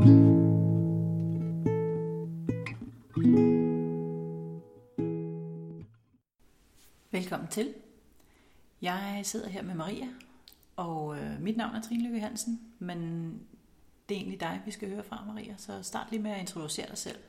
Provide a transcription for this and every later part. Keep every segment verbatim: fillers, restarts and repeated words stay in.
Velkommen til. Jeg sidder her med Maria, og øh, mit navn er Trine Lykke Hansen, men det er egentlig dig, vi skal høre fra, Maria, så start lige med at introducere dig selv.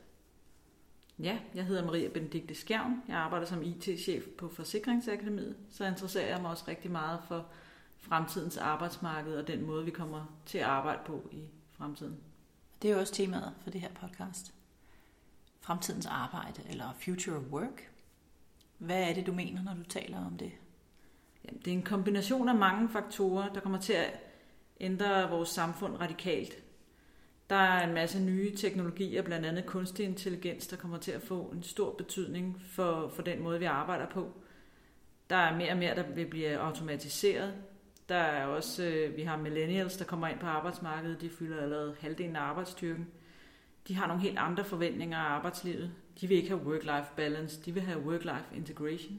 Ja, jeg hedder Maria Benedikte Skjern. Jeg arbejder som I T-chef på Forsikringsakademiet, så interesserer jeg mig også rigtig meget for fremtidens arbejdsmarked og den måde, vi kommer til at arbejde på i fremtiden. Det er jo også temaet for det her podcast. Fremtidens arbejde, eller future work. Hvad er det, du mener, når du taler om det? Jamen, det er en kombination af mange faktorer, der kommer til at ændre vores samfund radikalt. Der er en masse nye teknologier, blandt andet kunstig intelligens, der kommer til at få en stor betydning for, for den måde, vi arbejder på. Der er mere og mere, der vil blive automatiseret. Der er også, øh, vi har millennials, der kommer ind på arbejdsmarkedet. De fylder allerede halvdelen af arbejdsstyrken. De har nogle helt andre forventninger af arbejdslivet. De vil ikke have work-life balance, de vil have work-life integration.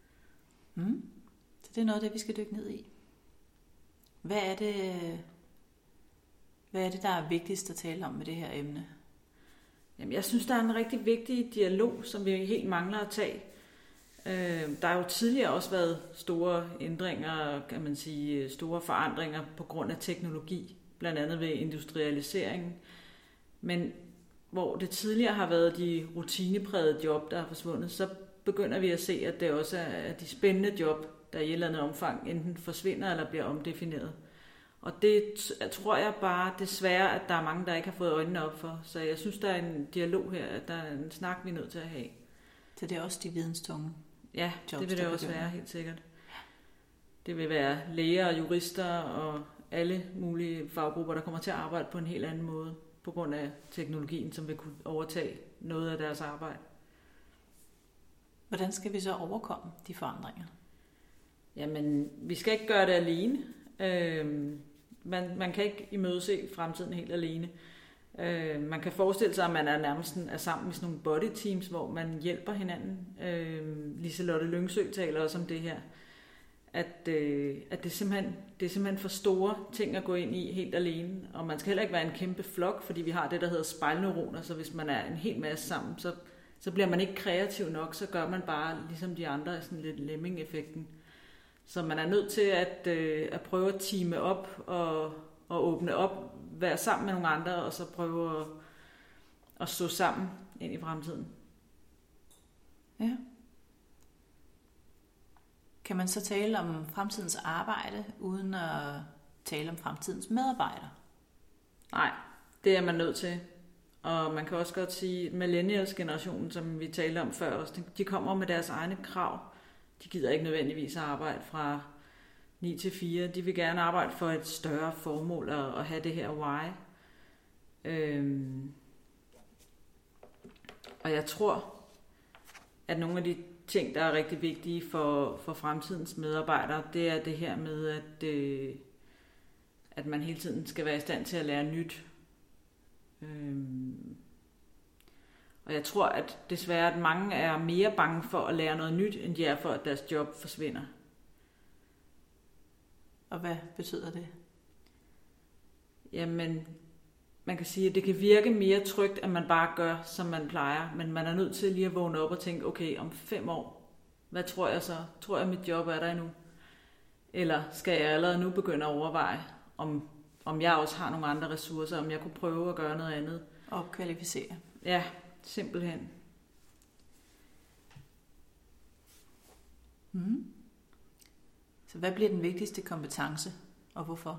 Mm. Så det er noget af det, vi skal dykke ned i. Hvad er det, hvad er det, der er vigtigst at tale om med det her emne? Jamen, jeg synes, der er en rigtig vigtig dialog, som vi helt mangler at tage. Øh, der har jo tidligere også været store ændringer, kan man sige, store forandringer på grund af teknologi, blandt andet ved industrialiseringen. Men hvor det tidligere har været de rutineprægede job, der er forsvundet, så begynder vi at se, at det også er de spændende job, der i et eller andet omfang enten forsvinder eller bliver omdefineret. Og det tror jeg bare desværre, at der er mange, der ikke har fået øjnene op for. Så jeg synes, der er en dialog her, at der er en snak, vi er nødt til at have. Så det er også de videnstunge Ja, jobs, det vil det også være, helt sikkert. Det vil være læger og jurister og alle mulige faggrupper, der kommer til at arbejde på en helt anden måde, på grund af teknologien, som vil kunne overtage noget af deres arbejde. Hvordan skal vi så overkomme de forandringer? Jamen, vi skal ikke gøre det alene. Øh, man, man kan ikke imødese fremtiden helt alene. Øh, man kan forestille sig, at man er nærmest er sammen med sådan nogle body teams, hvor man hjælper hinanden. Øh, Liselotte Lyngsø taler også om det her. At, øh, at det, simpelthen, det er simpelthen for store ting at gå ind i helt alene. Og man skal heller ikke være en kæmpe flok, fordi vi har det, der hedder spejlneuroner. Så hvis man er en hel masse sammen, så, så bliver man ikke kreativ nok. Så gør man bare ligesom de andre, sådan lidt lemming-effekten. Så man er nødt til at, øh, at prøve at teame op og, og åbne op, være sammen med nogle andre, og så prøve at, at stå sammen ind i fremtiden. Ja. Kan man så tale om fremtidens arbejde, uden at tale om fremtidens medarbejdere? Nej, det er man nødt til. Og man kan også godt sige, at millennials-generationen, som vi talte om før, også, de kommer med deres egne krav. De gider ikke nødvendigvis at arbejde fra ni til fire. De vil gerne arbejde for et større formål og, og have det her why. Øhm. Og jeg tror, at nogle af de ting, der er rigtig vigtige for, for fremtidens medarbejdere, det er det her med, at, øh, at man hele tiden skal være i stand til at lære nyt. Øhm. Og jeg tror, at desværre, at mange er mere bange for at lære noget nyt, end de er for, at deres job forsvinder. Og hvad betyder det? Jamen, man kan sige, at det kan virke mere trygt, at man bare gør, som man plejer. Men man er nødt til lige at vågne op og tænke, okay, om fem år, hvad tror jeg så? Tror jeg, at mit job er der endnu? Eller skal jeg allerede nu begynde at overveje, om, om jeg også har nogle andre ressourcer, om jeg kunne prøve at gøre noget andet? Opkvalificere. Ja, simpelthen. Mm. Så hvad bliver den vigtigste kompetence, og hvorfor?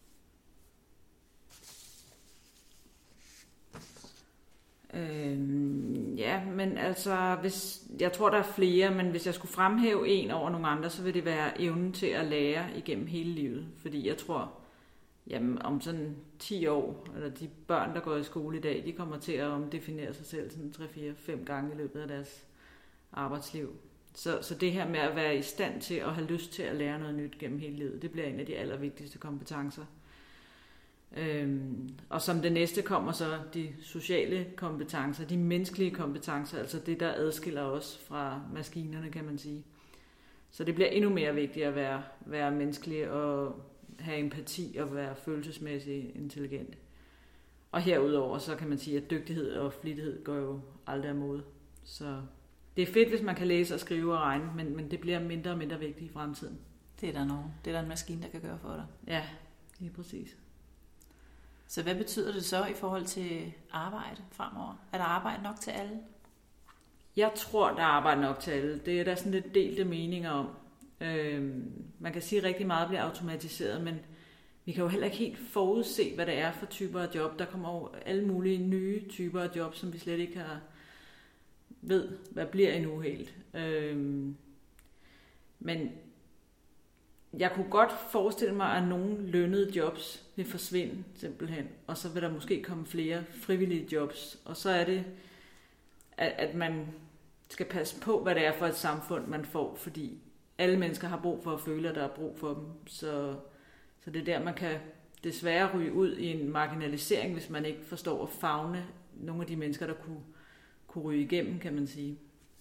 Øhm, ja, men altså, hvis, jeg tror, der er flere, men hvis jeg skulle fremhæve en over nogle andre, så vil det være evnen til at lære igennem hele livet. Fordi jeg tror, jamen, om sådan ti år, eller de børn, der går i skole i dag, de kommer til at omdefinere sig selv sådan tre, fire, fem gange i løbet af deres arbejdsliv. Så, så det her med at være i stand til at have lyst til at lære noget nyt gennem hele livet, det bliver en af de allervigtigste kompetencer. Øhm, og som det næste kommer så de sociale kompetencer, de menneskelige kompetencer, altså det, der adskiller os fra maskinerne, kan man sige. Så det bliver endnu mere vigtigt at være, være menneskelig og have empati og være følelsesmæssigt intelligent. Og herudover, så kan man sige, at dygtighed og flittighed går jo aldrig af mode. Så det er fedt, hvis man kan læse og skrive og regne, men, men det bliver mindre og mindre vigtigt i fremtiden. Det er der nogen. Det er der en maskine, der kan gøre for dig. Ja, lige præcis. Så hvad betyder det så i forhold til arbejde fremover? Er der arbejde nok til alle? Jeg tror, der er arbejde nok til alle. Det er der sådan lidt delte meninger om. Øhm, man kan sige, at rigtig meget bliver automatiseret, men vi kan jo heller ikke helt forudse, hvad det er for typer af job. Der kommer jo alle mulige nye typer af job, som vi slet ikke har ved, hvad bliver endnu helt. Øhm, men jeg kunne godt forestille mig, at nogle lønnede jobs vil forsvinde simpelthen, og så vil der måske komme flere frivillige jobs, og så er det, at, at man skal passe på, hvad det er for et samfund, man får, fordi alle mennesker har brug for at føle, at der er brug for dem, så, så det er der, man kan desværre ryge ud i en marginalisering, hvis man ikke forstår at favne nogle af de mennesker, der kunne, kunne ryge igennem, kan man sige.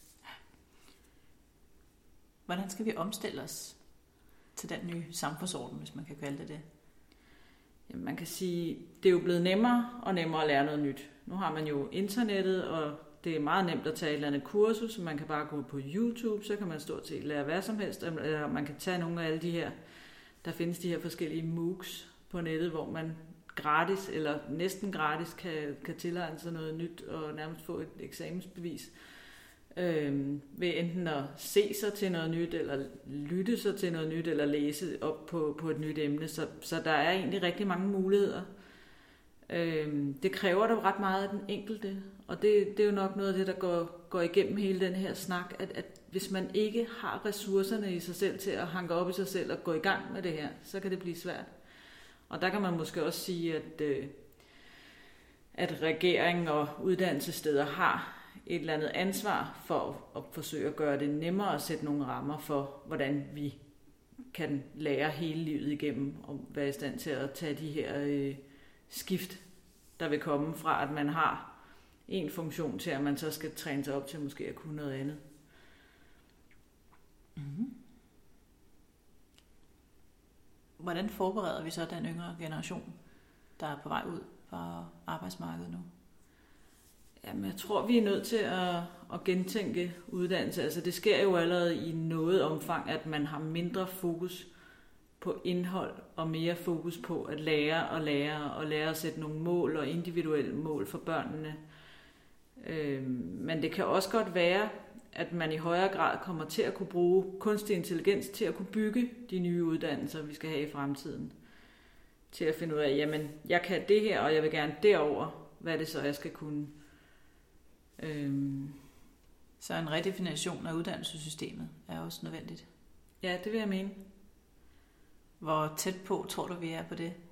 Hvordan skal vi omstille os til den nye samfundsorden, hvis man kan kalde det det? Jamen, man kan sige, det er jo blevet nemmere og nemmere at lære noget nyt. Nu har man jo internettet, og det er meget nemt at tage et eller andet kursus, så man kan bare gå på YouTube, så kan man stort set lære hvad som helst, eller man kan tage nogle af alle de her, der findes de her forskellige MOOCs på nettet, hvor man gratis eller næsten gratis kan, kan tilegne sig noget nyt og nærmest få et eksamensbevis. Øhm, ved enten at se sig til noget nyt, eller lytte sig til noget nyt, eller læse op på, på et nyt emne. Så, så der er egentlig rigtig mange muligheder. Øhm, det kræver da ret meget af den enkelte, og det, det er jo nok noget af det, der går, går igennem hele den her snak, at, at hvis man ikke har ressourcerne i sig selv til at hanke op i sig selv og gå i gang med det her, så kan det blive svært. Og der kan man måske også sige, at, øh, at regeringen og uddannelsessteder har et eller andet ansvar for at forsøge at gøre det nemmere at sætte nogle rammer for, hvordan vi kan lære hele livet igennem og være i stand til at tage de her øh, skift, der vil komme fra, at man har en funktion til, at man så skal træne sig op til måske at kunne noget andet. Mm-hmm. Hvordan forbereder vi så den yngre generation, der er på vej ud fra arbejdsmarkedet nu? Jamen, jeg tror, vi er nødt til at, at gentænke uddannelse. Altså, det sker jo allerede i noget omfang, at man har mindre fokus på indhold og mere fokus på at lære og lære og lære at sætte nogle mål og individuelle mål for børnene. Øh, men det kan også godt være, at man i højere grad kommer til at kunne bruge kunstig intelligens til at kunne bygge de nye uddannelser, vi skal have i fremtiden. Til at finde ud af, jamen, jeg kan det her, og jeg vil gerne derover. Hvad er det så, jeg skal kunne? Øhm. Så en redefinition af uddannelsessystemet er også nødvendigt. Ja, det vil jeg mene. Hvor tæt på tror du, vi er på det?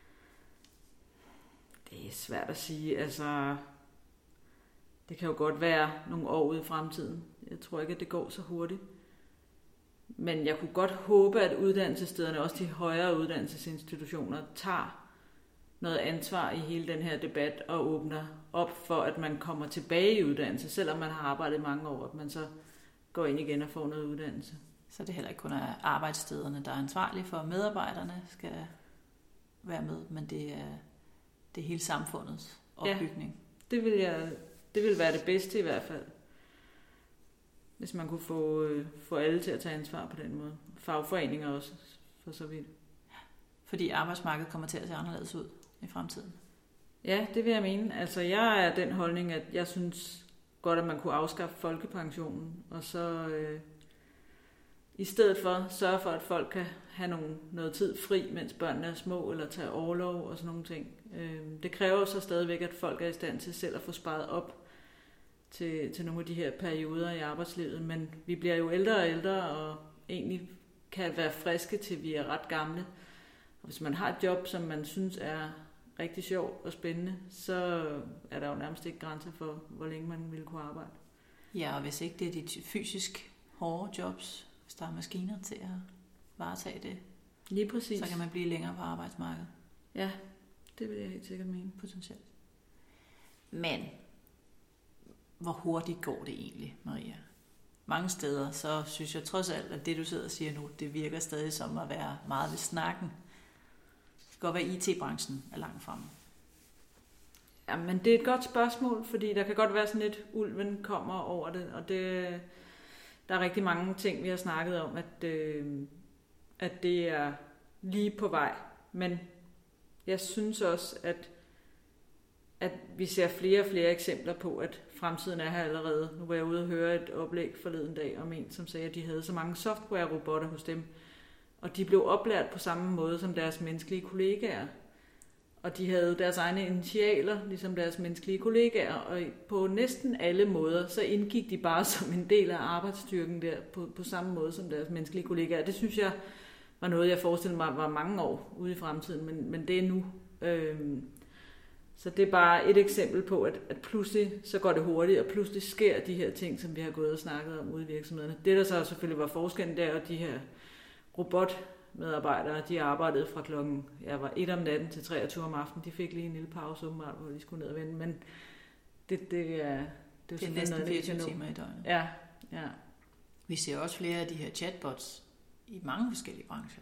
Det er svært at sige. Altså, det kan jo godt være nogle år ude i fremtiden. Jeg tror ikke, at det går så hurtigt. Men jeg kunne godt håbe, at uddannelsesstederne, også de højere uddannelsesinstitutioner, tager noget ansvar i hele den her debat og åbner op for, at man kommer tilbage i uddannelse, selvom man har arbejdet mange år, at man så går ind igen og får noget uddannelse. Så det heller ikke kun er arbejdsstederne, der er ansvarlige for, at medarbejderne skal være med, men det er, det er hele samfundets opbygning. Ja, det vil, jeg, det vil være det bedste i hvert fald, hvis man kunne få, få alle til at tage ansvar på den måde. Fagforeninger også, for så vidt. Fordi arbejdsmarkedet kommer til at se anderledes ud i fremtiden. Ja, det vil jeg mene. Altså, jeg er den holdning, at jeg synes godt, at man kunne afskaffe folkepensionen, og så øh, i stedet for sørge for, at folk kan have nogle, noget tid fri, mens børnene er små, eller tage orlov og sådan nogle ting. Øh, det kræver så stadigvæk, at folk er i stand til selv at få sparet op til, til nogle af de her perioder i arbejdslivet, men vi bliver jo ældre og ældre, og egentlig kan være friske til vi er ret gamle. Og hvis man har et job, som man synes er rigtig sjov og spændende, så er der jo nærmest ikke grænser for, hvor længe man ville kunne arbejde. Ja, og hvis ikke det er de fysisk hårde jobs, hvis der er maskiner til at varetage det, lige præcis, så kan man blive længere på arbejdsmarkedet. Ja, det vil jeg helt sikkert mene. Potentielt. Men hvor hurtigt går det egentlig, Maria? Mange steder, så synes jeg trods alt, at det du sidder og siger nu, det virker stadig som at være meget ved snakken. Det kan godt være, at I T-branchen er langt fremme. Jamen, det er et godt spørgsmål, fordi der kan godt være sådan lidt, ulven kommer over det, og det, der er rigtig mange ting, vi har snakket om, at, øh, at det er lige på vej. Men jeg synes også, at, at vi ser flere og flere eksempler på, at fremtiden er her allerede. Nu var jeg ude og høre et oplæg forleden dag om en, som sagde, at de havde så mange software-robotter hos dem, og de blev oplært på samme måde som deres menneskelige kollegaer. Og de havde deres egne initialer, ligesom deres menneskelige kollegaer, og på næsten alle måder, så indgik de bare som en del af arbejdsstyrken der, på, på samme måde som deres menneskelige kollegaer. Det synes jeg var noget, jeg forestillede mig var mange år ude i fremtiden, men, men det er nu. Øhm, så det er bare et eksempel på, at, at pludselig så går det hurtigt, og pludselig sker de her ting, som vi har gået og snakket om ude i virksomhederne. Det, der så selvfølgelig var forskellen der, og de her robotmedarbejdere, de arbejdede fra klokken jeg var et om natten til treogtyve om aftenen. De fik lige en lille pause åbenbart, hvor de skulle ned og vende, men det, det er... Det er, det er næsten fireogtyve timer i døgnet. Ja, ja. Vi ser også flere af de her chatbots i mange forskellige brancher.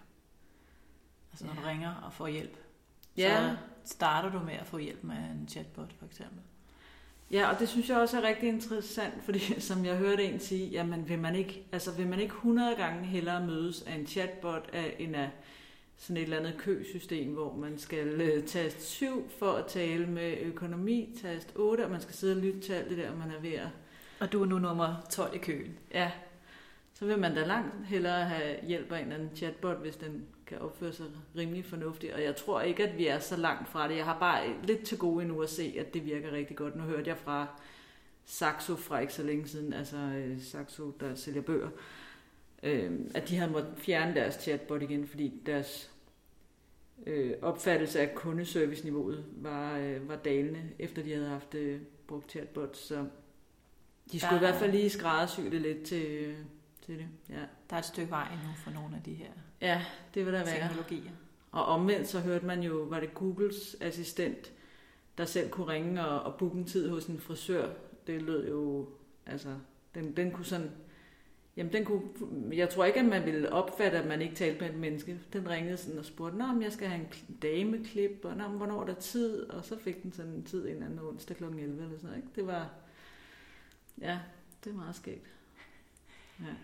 Altså når ja. du ringer og får hjælp, ja. så starter du med at få hjælp med en chatbot for eksempel. Ja, og det synes jeg også er rigtig interessant, fordi som jeg hørte en sige, jamen vil man ikke, altså vil man ikke hundrede gange hellere mødes af en chatbot af, end af sådan et eller andet køsystem, hvor man skal uh, taste syv for at tale med økonomi, taste otte, og man skal sidde og lytte til alt det der, man er ved at... Og du er nu nummer tolv i køen. Ja, så vil man da langt hellere have hjælp af en eller anden chatbot, hvis den kan opføre sig rimelig fornuftigt. Og jeg tror ikke, at vi er så langt fra det. Jeg har bare lidt til gode endnu at se, at det virker rigtig godt. Nu hørte jeg fra Saxo fra ikke så længe siden, altså Saxo, der sælger bøger, øh, at de havde måttet fjerne deres chatbot igen, fordi deres øh, opfattelse af kundeservice-niveauet var, øh, var dalende, efter de havde haft øh, brugt chatbot. Så de skulle der, i hvert fald lige skræddersy det lidt til... Øh, til det. Ja. Der er et stykke vej endnu for nogle af de her ja, det vil der være. Teknologier. Og omvendt så hørte man jo, var det Googles assistent, der selv kunne ringe og, og booke en tid hos en frisør. Det lød jo, altså, den, den kunne sådan, jamen den kunne, jeg tror ikke, at man ville opfatte, at man ikke talte med et menneske. Den ringede sådan og spurgte, nå, men jeg skal have en dameklip, og nå, hvornår er der tid? Og så fik den sådan en tid en anden onsdag klokken elleve eller sådan noget, ikke? Det var, ja, det er meget skægt. Ja.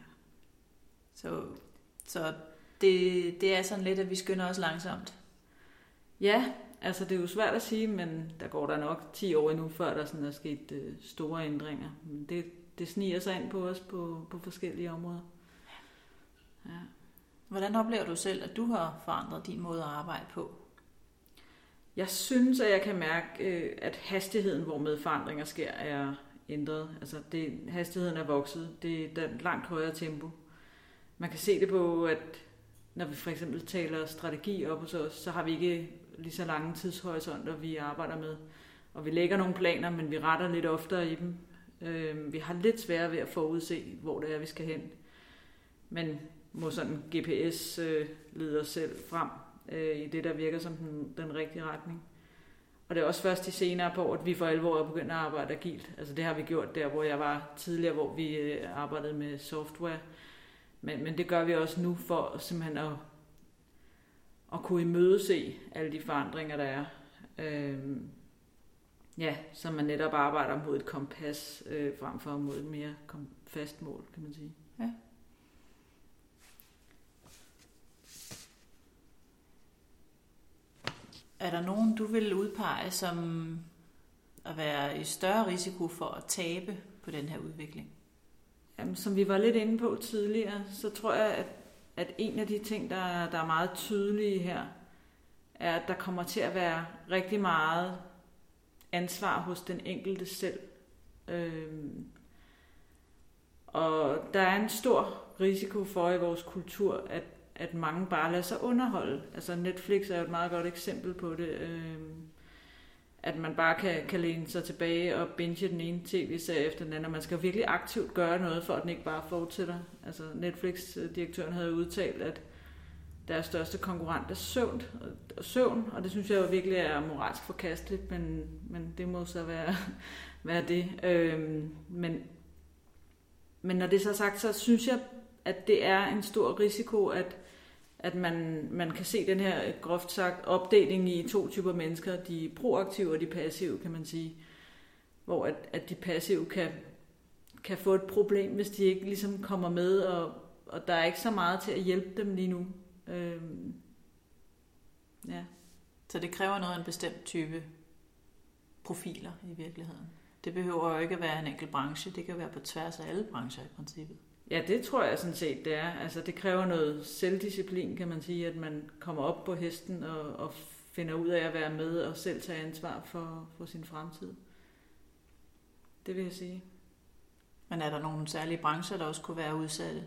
Så, så det, det er sådan lidt, at vi skynder os langsomt. Ja, altså det er jo svært at sige, men der går der nok ti år endnu, før der sådan er sket øh, store ændringer. Men det, det sniger sig ind på os på, på forskellige områder. Ja. Hvordan oplever du selv, at du har forandret din måde at arbejde på? Jeg synes, at jeg kan mærke, øh, at hastigheden, hvormed forandringer sker, er ændret. Altså det, hastigheden er vokset. Det er et langt højere tempo. Man kan se det på, at når vi for eksempel taler strategi op hos os, så har vi ikke lige så lange tidshorisonter, vi arbejder med. Og vi lægger nogle planer, men vi retter lidt oftere i dem. Øh, vi har lidt sværere ved at forudse, hvor det er, vi skal hen. Men må sådan G P S øh, lede os selv frem øh, i det, der virker som den, den rigtige retning. Og det er også først de senere på, at vi for alvor er begyndt at arbejde agilt. Altså det har vi gjort der, hvor jeg var tidligere, hvor vi øh, arbejdede med software. Men, men det gør vi også nu for simpelthen at, at kunne imødese alle de forandringer, der er. Øhm, ja, så man netop arbejder mod et kompas, øh, frem for mod et mere kom- fast mål, kan man sige. Ja. Er der nogen, du vil udpege som at være i større risiko for at tabe på den her udvikling? Jamen, som vi var lidt inde på tidligere, så tror jeg, at, at en af de ting, der, der er meget tydelige her, er, at der kommer til at være rigtig meget ansvar hos den enkelte selv. Øhm, og der er en stor risiko for i vores kultur, at, at mange bare lader sig underholde. Altså Netflix er jo et meget godt eksempel på det. Øhm, at man bare kan, kan læne sig tilbage og binge den ene tv-serie efter den anden, og man skal virkelig aktivt gøre noget, for at den ikke bare fortsætter. Altså Netflix-direktøren havde udtalt, at deres største konkurrent er søvn, og søvn, og det synes jeg jo virkelig er moralsk forkasteligt, men, men det må så være, være det. Øhm, men, men når det så er sagt, så synes jeg, at det er en stor risiko, at, at man, man kan se den her groft sagt opdeling i to typer mennesker, de proaktive og de passive, kan man sige. Hvor at, at de passive kan, kan få et problem, hvis de ikke ligesom kommer med, og, og der er ikke så meget til at hjælpe dem lige nu. Øhm, ja. Så det kræver noget af en bestemt type profiler i virkeligheden. Det behøver jo ikke at være en enkelt branche, det kan være på tværs af alle brancher i princippet. Ja, det tror jeg sådan set, det er. Altså, det kræver noget selvdisciplin, kan man sige, at man kommer op på hesten og, og finder ud af at være med og selv tage ansvar for, for sin fremtid. Det vil jeg sige. Men er der nogle særlige brancher, der også kunne være udsatte?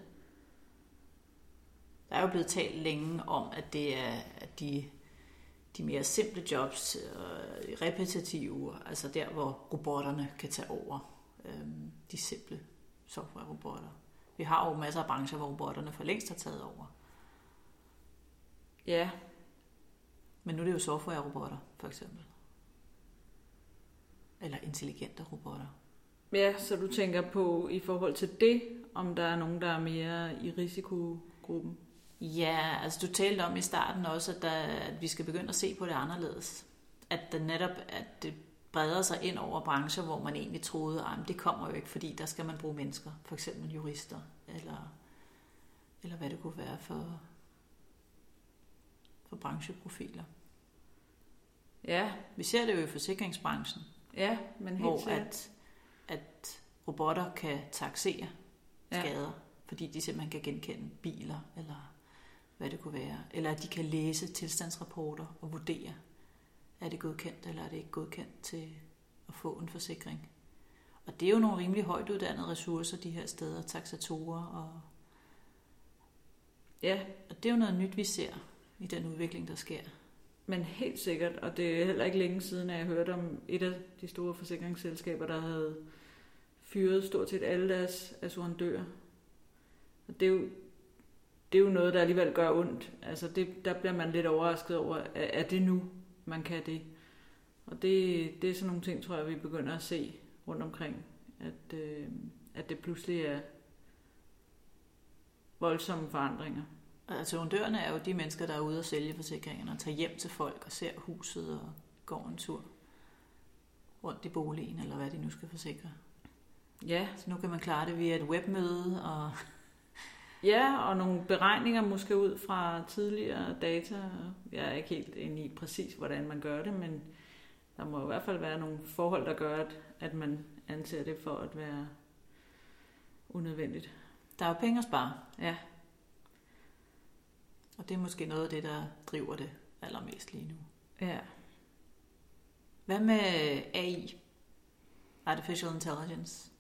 Der er jo blevet talt længe om, at det er at de, de mere simple jobs, øh, repetitive, altså der, hvor robotterne kan tage over. Øh, de simple software-robotter. Vi har jo masser af brancher, hvor robotterne for længst har taget over. Ja. Men nu er det jo software-robotter, for eksempel. Eller intelligente robotter. Ja, så du tænker på i forhold til det, om der er nogen, der er mere i risikogruppen? Ja, altså du talte om i starten også, at, der, at vi skal begynde at se på det anderledes. At det netop at det breder sig ind over brancher, hvor man egentlig troede, at det kommer jo ikke, fordi der skal man bruge mennesker, for eksempel jurister, eller, eller hvad det kunne være for, for brancheprofiler. Ja. Vi ser det jo i forsikringsbranchen, ja, men helt hvor at, at robotter kan taksere skader, ja. Fordi de simpelthen kan genkende biler, eller hvad det kunne være, eller at de kan læse tilstandsrapporter og vurdere, er det godkendt, eller er det ikke godkendt til at få en forsikring. Og det er jo nogle rimelig højt uddannede ressourcer, de her steder, taksatorer. Og, ja. og det er jo noget nyt, vi ser i den udvikling, der sker. Men helt sikkert, og det er heller ikke længe siden, at jeg hørte om et af de store forsikringsselskaber, der havde fyret stort set alle deres assurandører. Og det er jo, det er jo noget, der alligevel gør ondt. Altså det, der bliver man lidt overrasket over, er, er det nu, man kan det? Og det, det er sådan nogle ting, tror jeg, vi begynder at se rundt omkring, at, øh, at det pludselig er voldsomme forandringer. Assurandørerne er jo de mennesker, der er ude og sælge forsikringerne og tager hjem til folk og ser huset og går en tur rundt i boligen, eller hvad de nu skal forsikre. Ja. Så nu kan man klare det via et webmøde og... Ja, og nogle beregninger måske ud fra tidligere data. Jeg er ikke helt inde i præcis, hvordan man gør det, men der må i hvert fald være nogle forhold, der gør, at, at man anser det for at være unødvendigt. Der er jo penge at spare. Ja. Og det er måske noget af det, der driver det allermest lige nu. Ja. Hvad med A I? Artificial Intelligence?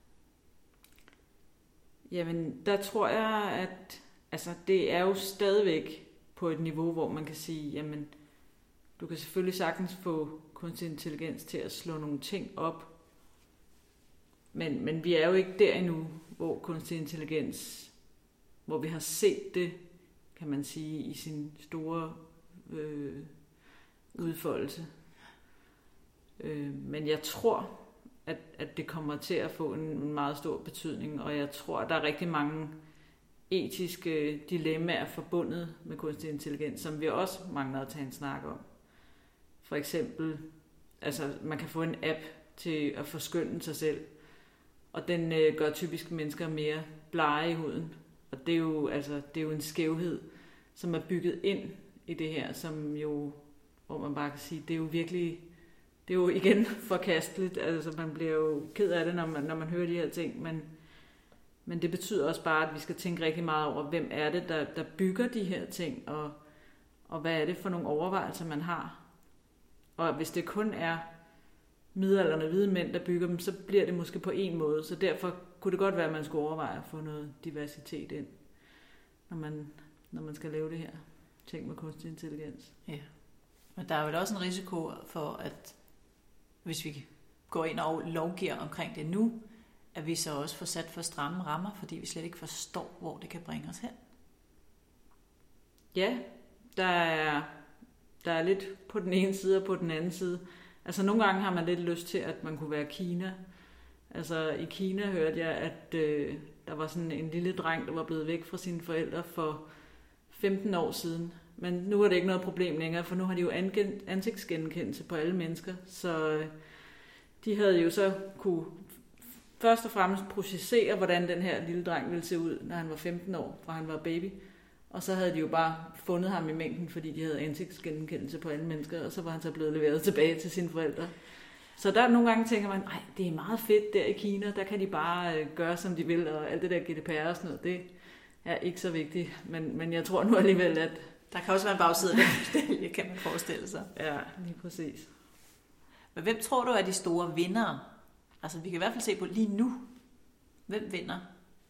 Jamen, der tror jeg, at altså, det er jo stadigvæk på et niveau, hvor man kan sige, jamen, du kan selvfølgelig sagtens få kunstig intelligens til at slå nogle ting op, men, men vi er jo ikke der endnu, hvor kunstig intelligens, hvor vi har set det, kan man sige, i sin store øh, udfoldelse. Øh, men jeg tror, at, at det kommer til at få en meget stor betydning, og jeg tror, at der er rigtig mange etiske dilemmaer forbundet med kunstig intelligens, som vi også mangler at tage en snak om. For eksempel, altså man kan få en app til at forskønne sig selv, og den øh, gør typisk mennesker mere blege i huden. Og det er jo, altså, det er jo en skævhed, som er bygget ind i det her, som jo, hvor man bare kan sige, det er jo virkelig, det er jo igen forkasteligt. Altså man bliver jo ked af det, når man, når man hører de her ting, men, men det betyder også bare, at vi skal tænke rigtig meget over, hvem er det, der, der bygger de her ting, og, og hvad er det for nogle overvejelser, man har. Og hvis det kun er midaldrende hvide mænd, der bygger dem, så bliver det måske på en måde. Så derfor kunne det godt være, at man skulle overveje at få noget diversitet ind, når man, når man skal lave det her ting med kunstig intelligens. Ja, men der er vel også en risiko for, at hvis vi går ind og lovgiver omkring det nu, at vi så også får sat for stramme rammer, fordi vi slet ikke forstår, hvor det kan bringe os hen. Ja, der er, der er lidt på den ene side og på den anden side. Altså nogle gange har man lidt lyst til, at man kunne være Kina. Altså i Kina hørte jeg, at øh, der var sådan en lille dreng, der var blevet væk fra sine forældre for femten år siden. Men nu er det ikke noget problem længere, for nu har de jo ansigtsgenkendelse på alle mennesker. Så de havde jo så kunne først og fremmest processere, hvordan den her lille dreng ville se ud, når han var femten år, fra han var baby. Og så havde de jo bare fundet ham i mængden, fordi de havde ansigtsgenkendelse på alle mennesker, og så var han så blevet leveret tilbage til sine forældre. Så der nogle gange tænker man, nej, det er meget fedt der i Kina, der kan de bare gøre, som de vil, og alt det der G D P R og sådan noget, det er ikke så vigtigt. Men, men jeg tror nu alligevel, at... Der kan også være en bagside af den medalje, kan man forestille sig. Ja, lige præcis. Men hvem tror du er de store vindere? Altså, vi kan i hvert fald se på lige nu. Hvem vinder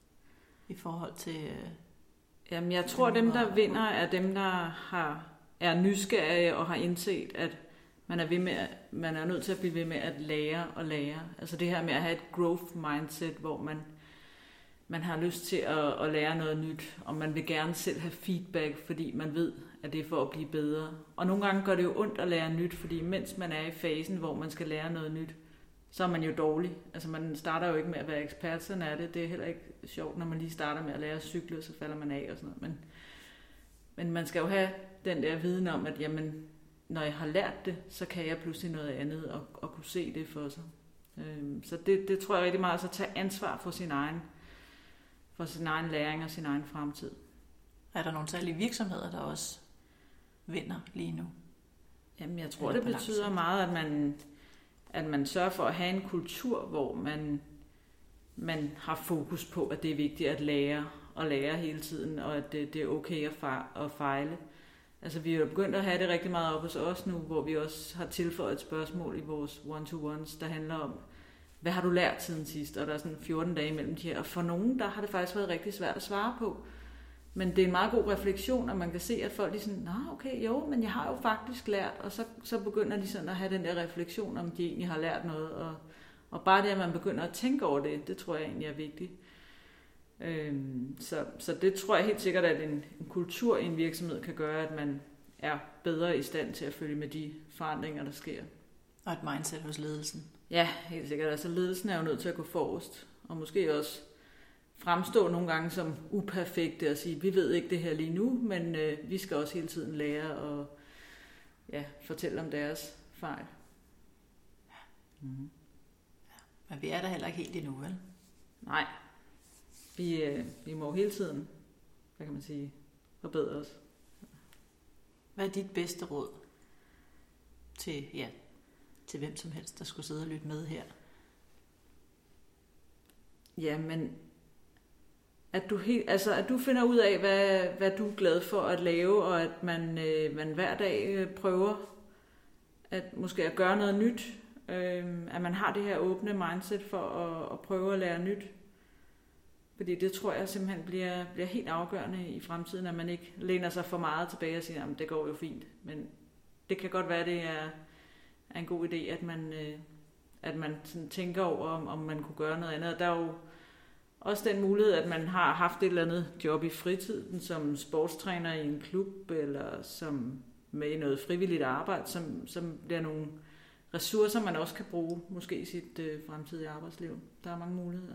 i forhold til... Jamen, jeg tror, dem, der vinder, er dem, der har, er nysgerrige og har indset, at man er, ved med, man er nødt til at blive ved med at lære og lære. Altså det her med at have et growth mindset, hvor man, man har lyst til at, at lære noget nyt, og man vil gerne selv have feedback, fordi man ved, at det er for at blive bedre. Og nogle gange gør det jo ondt at lære nyt, fordi mens man er i fasen, hvor man skal lære noget nyt, så er man jo dårlig. Altså man starter jo ikke med at være ekspert, sådan er det. Det er heller ikke sjovt, når man lige starter med at lære at cykle, så falder man af og sådan noget. Men, men man skal jo have den der viden om, at jamen, når jeg har lært det, så kan jeg pludselig noget andet og, og kunne se det for sig. Øhm, så det, det tror jeg rigtig meget, altså at tage ansvar for sin egen, for sin egen læring og sin egen fremtid. Er der nogle særlige virksomheder, der også vinder lige nu? Jamen jeg tror, det betyder meget, at man, at man sørger for at have en kultur, hvor man, man har fokus på, at det er vigtigt at lære og lære hele tiden, og at det, det er okay at, fa- at fejle. Altså vi er jo begyndt at have det rigtig meget op hos os nu, hvor vi også har tilføjet et spørgsmål i vores one-to-ones, der handler om, hvad har du lært siden sidst? Og der er sådan fjorten dage imellem de her. Og for nogen, der har det faktisk været rigtig svært at svare på. Men det er en meget god refleksion, at man kan se, at folk er sådan, nå okay, jo, men jeg har jo faktisk lært. Og så, så begynder de sådan at have den der refleksion, om de egentlig har lært noget. Og, og bare det, at man begynder at tænke over det, det tror jeg egentlig er vigtigt. Øhm, så, så det tror jeg helt sikkert, at en, en kultur i en virksomhed kan gøre, at man er bedre i stand til at følge med de forandringer, der sker. Og et mindset hos ledelsen. Ja, helt sikkert. Altså ledelsen er jo nødt til at gå forrest, og måske også fremstå nogle gange som uperfekte og sige, vi ved ikke det her lige nu, men øh, vi skal også hele tiden lære og ja, fortælle om deres fejl. Mm-hmm. Ja. Men vi er der heller ikke helt endnu, vel? Nej. Vi, øh, vi må hele tiden, hvad kan man sige, forbedre os. Hvad er dit bedste råd til, ja, til hvem som helst, der skulle sidde og lytte med her? Ja, men at du, helt, altså, at du finder ud af, hvad, hvad du er glad for at lave, og at man, øh, man hver dag øh, prøver at måske at gøre noget nyt. Øh, at man har det her åbne mindset for at, at prøve at lære nyt. Fordi det tror jeg simpelthen bliver, bliver helt afgørende i fremtiden, at man ikke læner sig for meget tilbage og siger, at det går jo fint. Men det kan godt være, at det er, er en god idé, at man, øh, at man sådan tænker over, om, om man kunne gøre noget andet. Og der er jo også den mulighed, at man har haft et eller andet job i fritiden, som sportstræner i en klub, eller som med noget frivilligt arbejde, som, som bliver nogle ressourcer, man også kan bruge måske i sit øh, fremtidige arbejdsliv. Der er mange muligheder.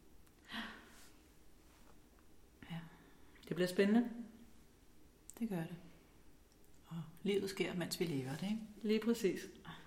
Det bliver spændende. Det gør det. Og livet sker, mens vi lever det, ikke? Lige præcis.